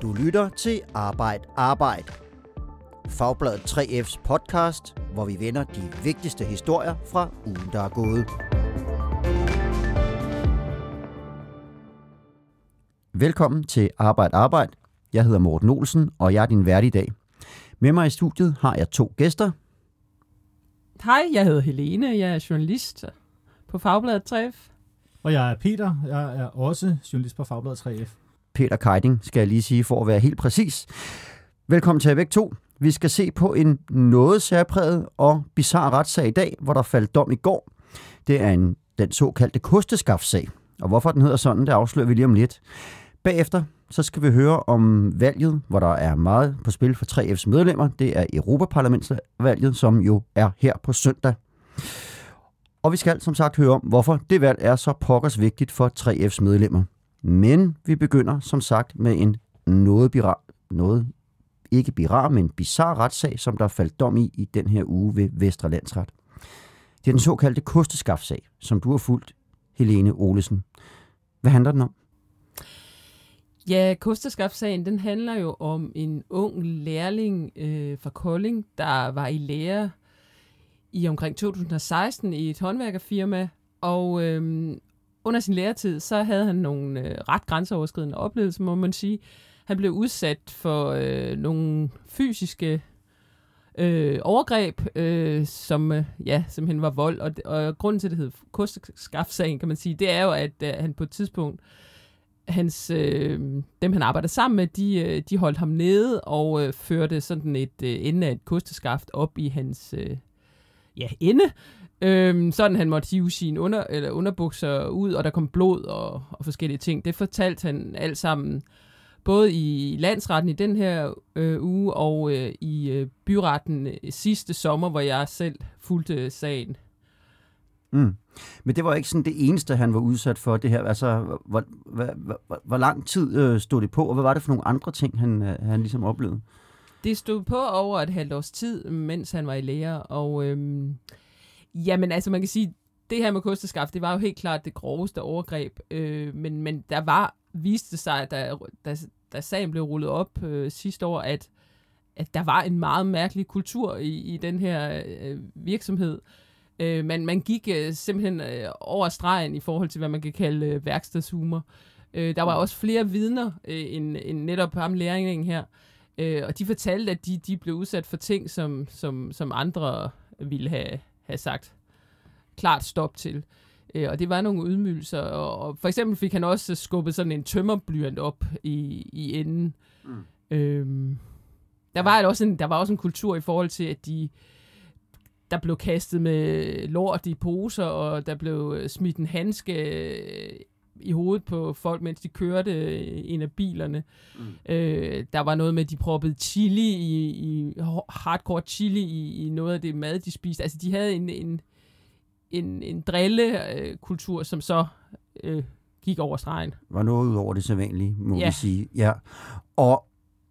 Du lytter til Arbejd. Fagbladet 3F's podcast, hvor vi vender de vigtigste historier fra ugen, der er gået. Velkommen til Arbejd. Jeg hedder Morten Olsen, og jeg er din vært i dag. Med mig i studiet har jeg 2 gæster. Hej, jeg hedder Helene. Jeg er journalist på Fagbladet 3F. Og jeg er Peter. Jeg er også journalist på Fagbladet 3F. Peter Keiding, skal jeg lige sige, for at være helt præcis. Velkommen til jer begge 2. Vi skal se på en noget særpræget og bizarre retssag i dag, hvor der faldt dom i går. Det er den såkaldte kosteskaft-sag. Og hvorfor den hedder sådan, det afslører vi lige om lidt. Bagefter så skal vi høre om valget, hvor der er meget på spil for 3F's medlemmer. Det er Europaparlamentsvalget, som jo er her på søndag. Og vi skal som sagt høre om, hvorfor det valg er så pokkers vigtigt for 3F's medlemmer. Men vi begynder som sagt med en bizarre retssag, som der faldt dom i den her uge ved Vestre Landsret. Det er den såkaldte kosteskaft-sag, som du har fulgt, Helene Olesen. Hvad handler den om? Ja, kosteskaft-sagen, den handler jo om en ung lærling fra Kolding, der var i lære i omkring 2016 i et håndværkerfirma, og under sin læretid, så havde han nogle ret grænseoverskridende oplevelser, må man sige. Han blev udsat for nogle fysiske overgreb, som simpelthen var vold, og grunden til, at det hed kosteskaft-sagen, kan man sige, det er jo, at han på et tidspunkt, dem han arbejdede sammen med, de holdt ham nede og førte sådan et ende af et kosteskaft op i hans ende. Sådan han måtte hive sine underbukser ud, og der kom blod og forskellige ting. Det fortalte han alt sammen, både i landsretten i den her uge, og i byretten sidste sommer, hvor jeg selv fulgte sagen. Men det var ikke sådan det eneste, han var udsat for, det her. Altså, hvor lang tid stod det på, og hvad var det for nogle andre ting, han ligesom oplevede? Det stod på over et halvt års tid, mens han var i lære, og jamen altså man kan sige, det her med kosteskaft, det var jo helt klart det groveste overgreb, men viste sig, da sagen blev rullet op sidste år, at der var en meget mærkelig kultur i den her virksomhed. Man gik simpelthen over stregen i forhold til, hvad man kan kalde værkstedshumor. Der var også flere vidner end netop ham læringen her, og de fortalte, at de blev udsat for ting, som andre ville have sagt klart stop til. Og det var nogle ydmygelser, og for eksempel fik han også skubbet sådan en tømmerblyant op i enden. Der var også en kultur i forhold til, at der blev kastet med lort i poser, og der blev smidt en handske i hovedet på folk, mens de kørte en af bilerne. Der var noget med, at de proppede chili i hardcore chili i noget af det mad, de spiste. Altså, de havde en drillekultur, som så gik over stregen. Var noget ud over det sædvanlige, må vi sige. Ja. Og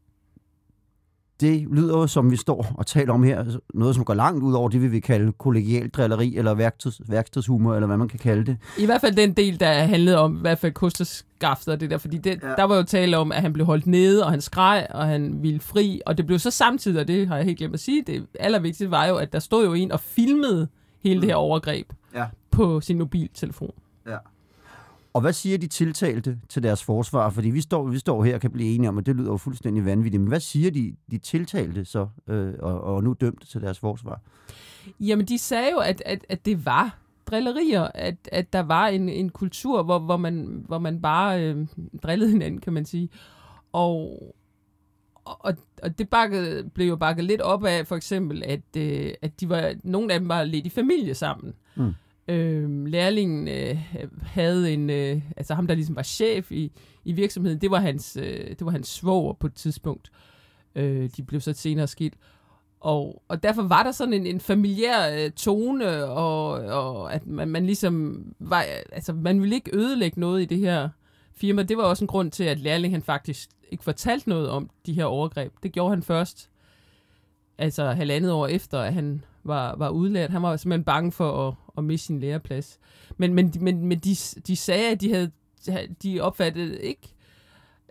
det lyder jo, som vi står og taler om her, noget, som går langt ud over det, vi vil kalde kollegial drilleri, eller værkstedshumor, eller hvad man kan kalde det. I hvert fald den del, der handlede om, i hvert fald kosteskaft og det der, fordi der var jo tale om, at han blev holdt nede, og han skreg, og han ville fri, og det blev så samtidig, og det har jeg helt glemt at sige, det allervigtigste var jo, at der stod jo en og filmede hele det her overgreb på sin mobiltelefon. Ja. Og hvad siger de tiltalte til deres forsvar? Fordi vi står her og kan blive enige om, at det lyder jo fuldstændig vanvittigt. Men hvad siger de tiltalte så, og nu dømte til deres forsvar? Jamen, de sagde jo, at det var drillerier, at der var en kultur, hvor man bare drillede hinanden, kan man sige. Og det blev jo bakket lidt op af, for eksempel, at nogle af dem var lidt i familie sammen. Lærlingen havde altså ham, der ligesom var chef i virksomheden, det var hans svoger på et tidspunkt. De blev så senere skilt. Og derfor var der sådan en familiær tone, og at man ligesom var, altså man ville ikke ødelægge noget i det her firma. Det var også en grund til, at lærlingen han faktisk ikke fortalte noget om de her overgreb. Det gjorde han først, altså 1,5 år efter, at han var udlært. Han var simpelthen bange for at miste sin læreplads. Men de sagde, at de opfattede ikke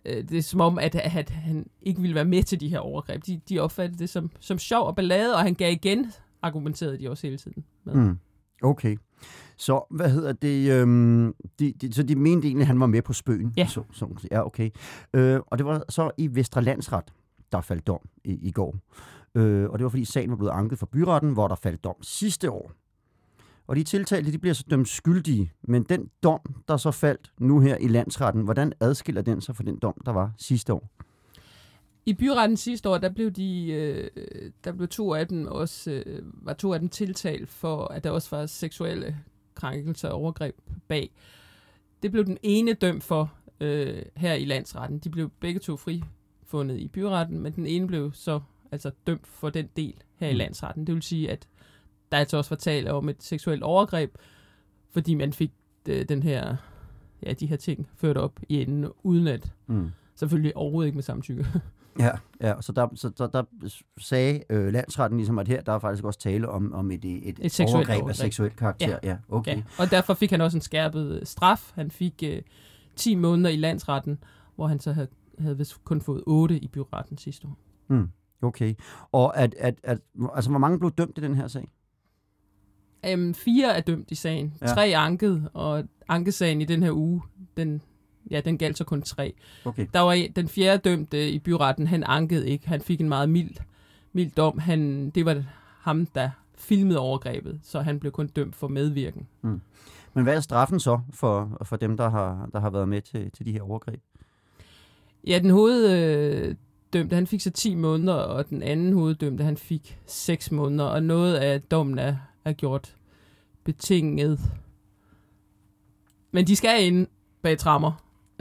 det er som om, at han ikke ville være med til de her overgreb. De opfattede det som sjov og ballade, og han gav igen, argumenterede de også hele tiden med. Okay. Så, hvad hedder det? Så de mente egentlig, at han var med på spøgen? Ja. Ja, okay. Og det var så i Vestre Landsret, der faldt dom i går. Og det var, fordi sagen var blevet anket for byretten, hvor der faldt dom sidste år. Og de tiltalte, de bliver så dømt skyldige. Men den dom, der så faldt nu her i landsretten, hvordan adskiller den sig fra den dom, der var sidste år? I byretten sidste år, der blev to af dem tiltalt for, at der også var seksuelle krænkelser og overgreb bag. Det blev den ene dømt for her i landsretten. De blev begge to frifundet i byretten, men den ene blev så altså dømt for den del her i landsretten. Det vil sige, at der altså også var tale om et seksuelt overgreb, fordi man fik de her ting ført op i enden, uden at selvfølgelig overhovedet ikke med samtykke. Ja, så der sagde landsretten ligesom, at her der er faktisk også tale om et overgreb af seksuel karakter. Ja, okay. Ja. Og derfor fik han også en skærpet straf. Han fik 10 måneder i landsretten, hvor han så havde vist kun fået 8 i byretten sidste år. Okay. Og altså, hvor mange blev dømt i den her sag? 4 er dømt i sagen. 3 anket, og ankesagen i den her uge, den galt så kun 3. Okay. Der var den 4. dømte i byretten, han ankede ikke. Han fik en meget mild dom. Det var ham, der filmede overgrebet, så han blev kun dømt for medvirken. Men hvad er straffen så for dem, der har været med til de her overgreb? Ja, den hoveddømte, han fik så 10 måneder, og den anden hoveddømte, han fik 6 måneder, og noget af dommen er gjort betinget. Men de skal ind bag tremmer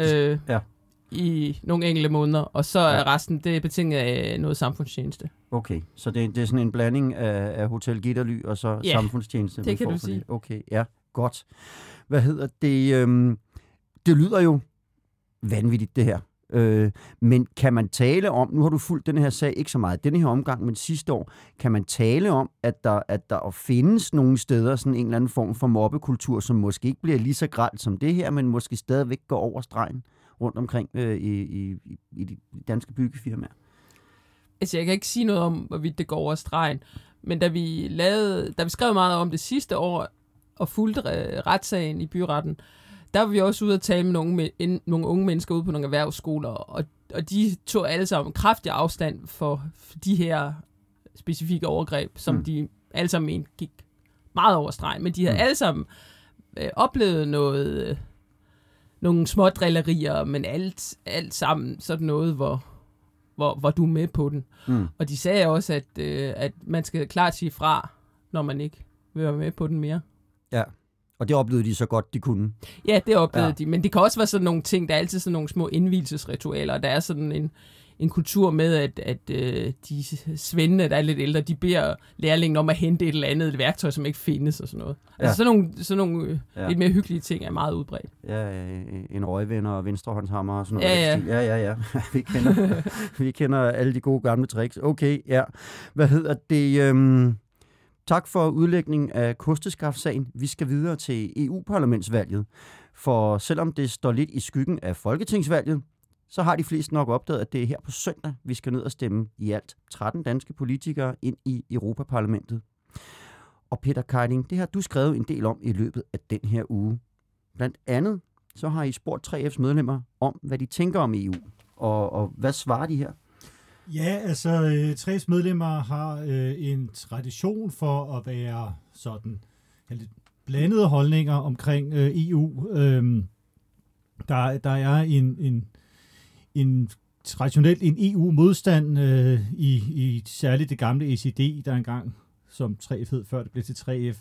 i nogle enkelte måneder, og så er resten, det er betinget af noget samfundstjeneste. Okay, så det er sådan en blanding af Hotel Gitterly og så samfundstjeneste? Det kan du sige. Det. Okay, ja, godt. Hvad hedder det? Det lyder jo vanvittigt, det her. Men kan man tale om, nu har du fulgt den her sag ikke så meget denne her omgang, men sidste år, kan man tale om, at der findes nogle steder sådan en eller anden form for mobbekultur, som måske ikke bliver lige så grelt som det her, men måske stadigvæk går over stregen rundt omkring i de danske byggefirmaer? Altså, jeg kan ikke sige noget om, hvorvidt det går over stregen, men da vi skrev meget om det sidste år og fulgte retssagen i byretten, der var vi også ude at tale med nogle unge mennesker ude på nogle erhvervsskoler, og de tog alle sammen kraftig afstand for de her specifikke overgreb, som de alle sammen mente gik meget over stregen. Men de havde alle sammen oplevet nogle små drillerier, men alt sammen sådan noget, hvor du er med på den. Og de sagde også, at man skal klart sige fra, når man ikke vil være med på den mere. Ja. Og det oplevede de så godt, de kunne? Ja, det oplevede de. Men det kan også være sådan nogle ting, der er altid sådan nogle små indvielsesritualer. Der er sådan en kultur med, at de svendene, der er lidt ældre, de beder lærlingen om at hente et eller andet værktøj, som ikke findes og sådan noget. Altså sådan nogle lidt mere hyggelige ting er meget udbredt. Ja, en røgvinder og venstrehåndshammer og sådan noget. Ja. Vi kender alle de gode gamle tricks. Okay, ja. Hvad hedder det? Tak for udlægningen af kosteskaftsagen. Vi skal videre til EU-parlamentsvalget. For selvom det står lidt i skyggen af folketingsvalget, så har de fleste nok opdaget, at det er her på søndag, vi skal ned og stemme i alt 13 danske politikere ind i Europaparlamentet. Og Peter Keiding, det har du skrevet en del om i løbet af den her uge. Blandt andet så har I spurgt 3F's medlemmer om, hvad de tænker om EU. Og hvad svarer de her? Ja, altså 3F's medlemmer har en tradition for at være sådan lidt blandede holdninger omkring EU. Der er en traditionelt en EU-modstand i særligt det gamle ECD, der engang som 3F hed, før det blev til 3F.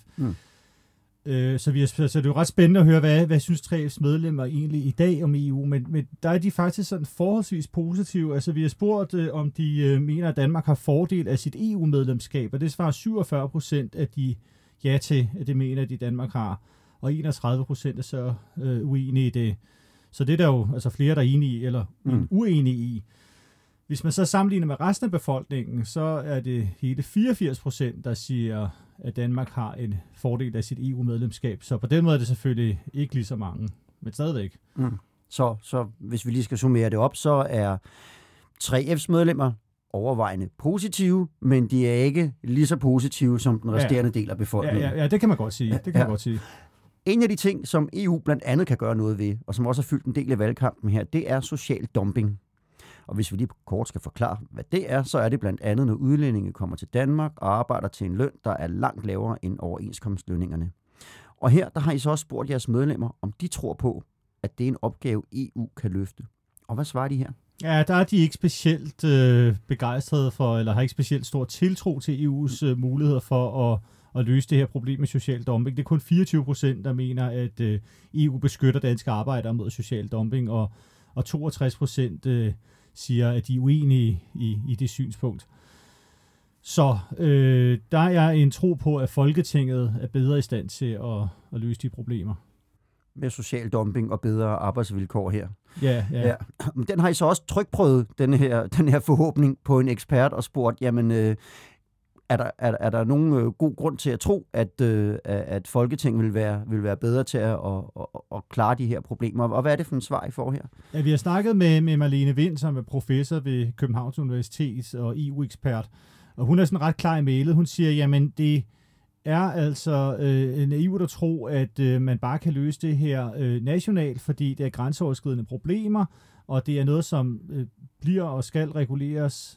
Så det er jo ret spændende at høre, hvad synes 3F's medlemmer egentlig i dag om EU, men der er de faktisk sådan forholdsvis positive. Altså vi har spurgt, om de mener, at Danmark har fordel af sit EU-medlemskab, og det svarer 47% af de ja til, at det mener, at de Danmark har, og 31% er så uenige i det. Så det er der jo altså flere, der er enige i, eller uenige i. Hvis man så sammenligner med resten af befolkningen, så er det hele 84%, der siger, at Danmark har en fordel af sit EU-medlemskab. Så på den måde er det selvfølgelig ikke lige så mange, men stadigvæk. Så hvis vi lige skal summere det op, så er 3F's medlemmer overvejende positive, men de er ikke lige så positive som den resterende del af befolkningen. Ja, det kan man godt sige. Det kan man godt sige. En af de ting, som EU blandt andet kan gøre noget ved, og som også har fyldt en del af valgkampen her, det er social dumping. Og hvis vi lige kort skal forklare, hvad det er, så er det blandt andet, når udlændinge kommer til Danmark og arbejder til en løn, der er langt lavere end overenskomstlønningerne. Og her der har I så også spurgt jeres medlemmer, om de tror på, at det er en opgave, EU kan løfte. Og hvad svarer de her? Ja, der er de ikke specielt begejstrede for, eller har ikke specielt stor tiltro til EU's muligheder for at løse det her problem med social dumping. Det er kun 24%, der mener, at EU beskytter danske arbejdere mod social dumping, og 62% siger, at de er uenige i det synspunkt. Så der er en tro på, at Folketinget er bedre i stand til at løse de problemer. Med social dumping og bedre arbejdsvilkår her. Ja. Den har I så også trykprøvet, den her forhåbning på en ekspert, og spurgt, jamen, er der nogen god grund til at tro, at Folketinget vil være bedre til at klare de her problemer? Og hvad er det for en svar, I får her? Ja, vi har snakket med Marlene Wind, som er professor ved Københavns Universitet og EU-ekspert, og hun er sådan ret klar i mailet. Hun siger, jamen det er altså naivt at tro, at man bare kan løse det her nationalt, fordi det er grænseoverskridende problemer, og det er noget, som bliver og skal reguleres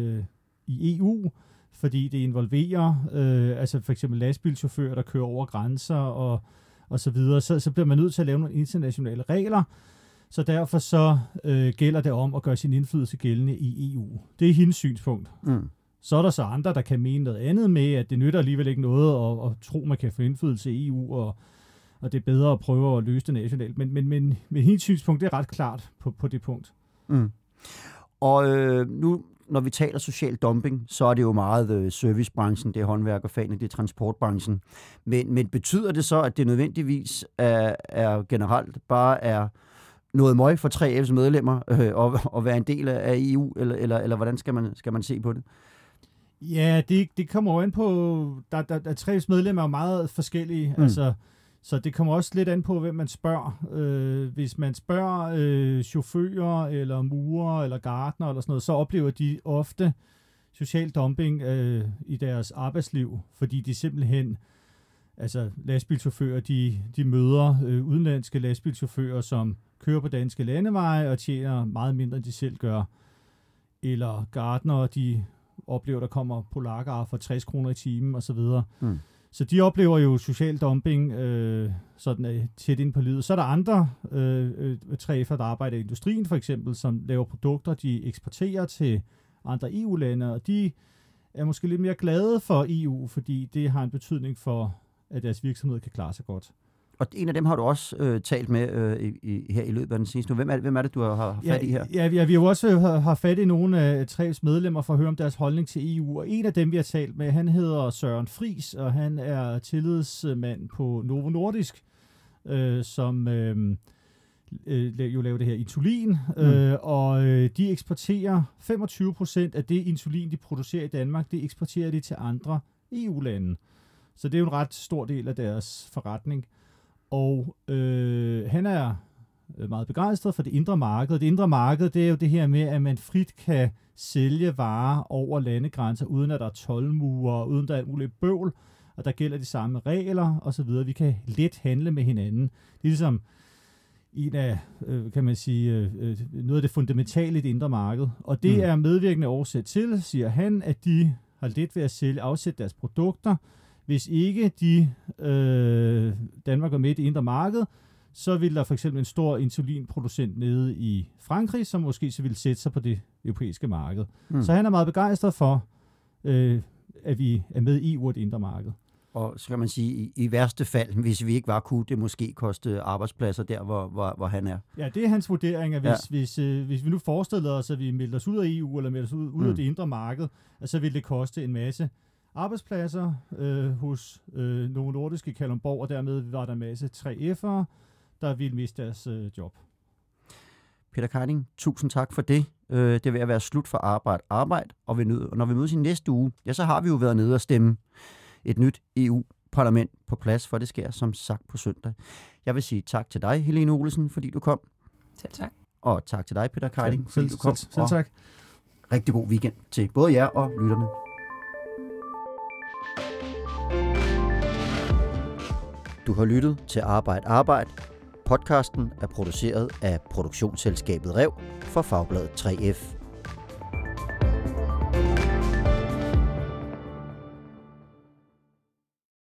i EU, fordi det involverer altså for eksempel lastbilchauffører, der kører over grænser og så videre. Så bliver man nødt til at lave nogle internationale regler, så derfor så gælder det om at gøre sin indflydelse gældende i EU. Det er hendes synspunkt. Mm. Så er der så andre, der kan mene noget andet med, at det nytter alligevel ikke noget at tro, man kan få indflydelse i EU, og det er bedre at prøve at løse det nationalt. Men hendes synspunkt, det er ret klart på det punkt. Mm. Og nu, når vi taler social dumping, så er det jo meget servicebranchen, det er håndværkerfagene, det er transportbranchen. Men betyder det så, at det nødvendigvis er generelt bare er noget møg for 3F's medlemmer at være en del af EU, eller hvordan skal man se på det? Ja, det kommer jo an på, der 3F's medlemmer er meget forskellige, altså, så det kommer også lidt an på, hvem man spørger. Hvis man spørger chauffører, eller murer, eller gartner, eller sådan noget, så oplever de ofte social dumping i deres arbejdsliv, fordi de simpelthen, altså lastbilchauffører, de møder udenlandske lastbilchauffører, som kører på danske landeveje og tjener meget mindre, end de selv gør. Eller gartnere, de oplever, der kommer polakker for 60 kroner i timen osv. Mm. Så de oplever jo social dumping sådan tæt ind på livet. Så er der andre 3F'er, der arbejder i industrien for eksempel, som laver produkter, de eksporterer til andre EU-lande, og de er måske lidt mere glade for EU, fordi det har en betydning for, at deres virksomhed kan klare sig godt. Og en af dem har du også talt med her i løbet af den sidste uge. Hvem er det, du har fat i her? Ja, vi har jo også har fat i nogle af 3F's medlemmer for at høre om deres holdning til EU. Og en af dem, vi har talt med, han hedder Søren Friis, og han er tillidsmand på Novo Nordisk, som jo laver det her insulin. Og de eksporterer 25% af det insulin, de producerer i Danmark, det eksporterer de til andre EU-lande. Så det er jo en ret stor del af deres forretning. Og han er meget begejstret for det indre marked. Det indre marked, det er jo det her med, at man frit kan sælge varer over landegrænser, uden at der er toldmure, uden der er muligt bøvl, og der gælder de samme regler osv. Vi kan let handle med hinanden. Det er ligesom en af, kan man sige, noget af det fundamentale i det indre marked. Og det er medvirkende årsag til, siger han, at de har let ved at afsætte deres produkter. Hvis ikke Danmark er med i det indre marked, så vil der for eksempel en stor insulinproducent nede i Frankrig, som måske så vil sætte sig på det europæiske marked. Så han er meget begejstret for, at vi er med i EU og det indre marked. Og så kan man sige, i værste fald, hvis vi ikke var, kunne det måske koste arbejdspladser der, hvor han er. Ja, det er hans vurdering, at hvis vi nu forestiller os, at vi melder os ud af EU, eller melder os ud af det indre marked, så vil det koste en masse arbejdspladser hos Novo Nordisk i Kalundborg, og dermed var der en masse 3F'ere, der ville miste deres job. Peter Keiding, tusind tak for det. Det er ved at være slut for arbejde, og når vi mødes i næste uge, ja, så har vi jo været nede og stemme et nyt EU-parlament på plads, for det sker som sagt på søndag. Jeg vil sige tak til dig, Helene Olesen, fordi du kom. Selv tak. Og tak til dig, Peter Keiding, fordi du kom. Selv tak. Rigtig god weekend til både jer og lytterne. Du har lyttet til Arbejde. Podcasten er produceret af produktionsselskabet Rev for Fagbladet 3F.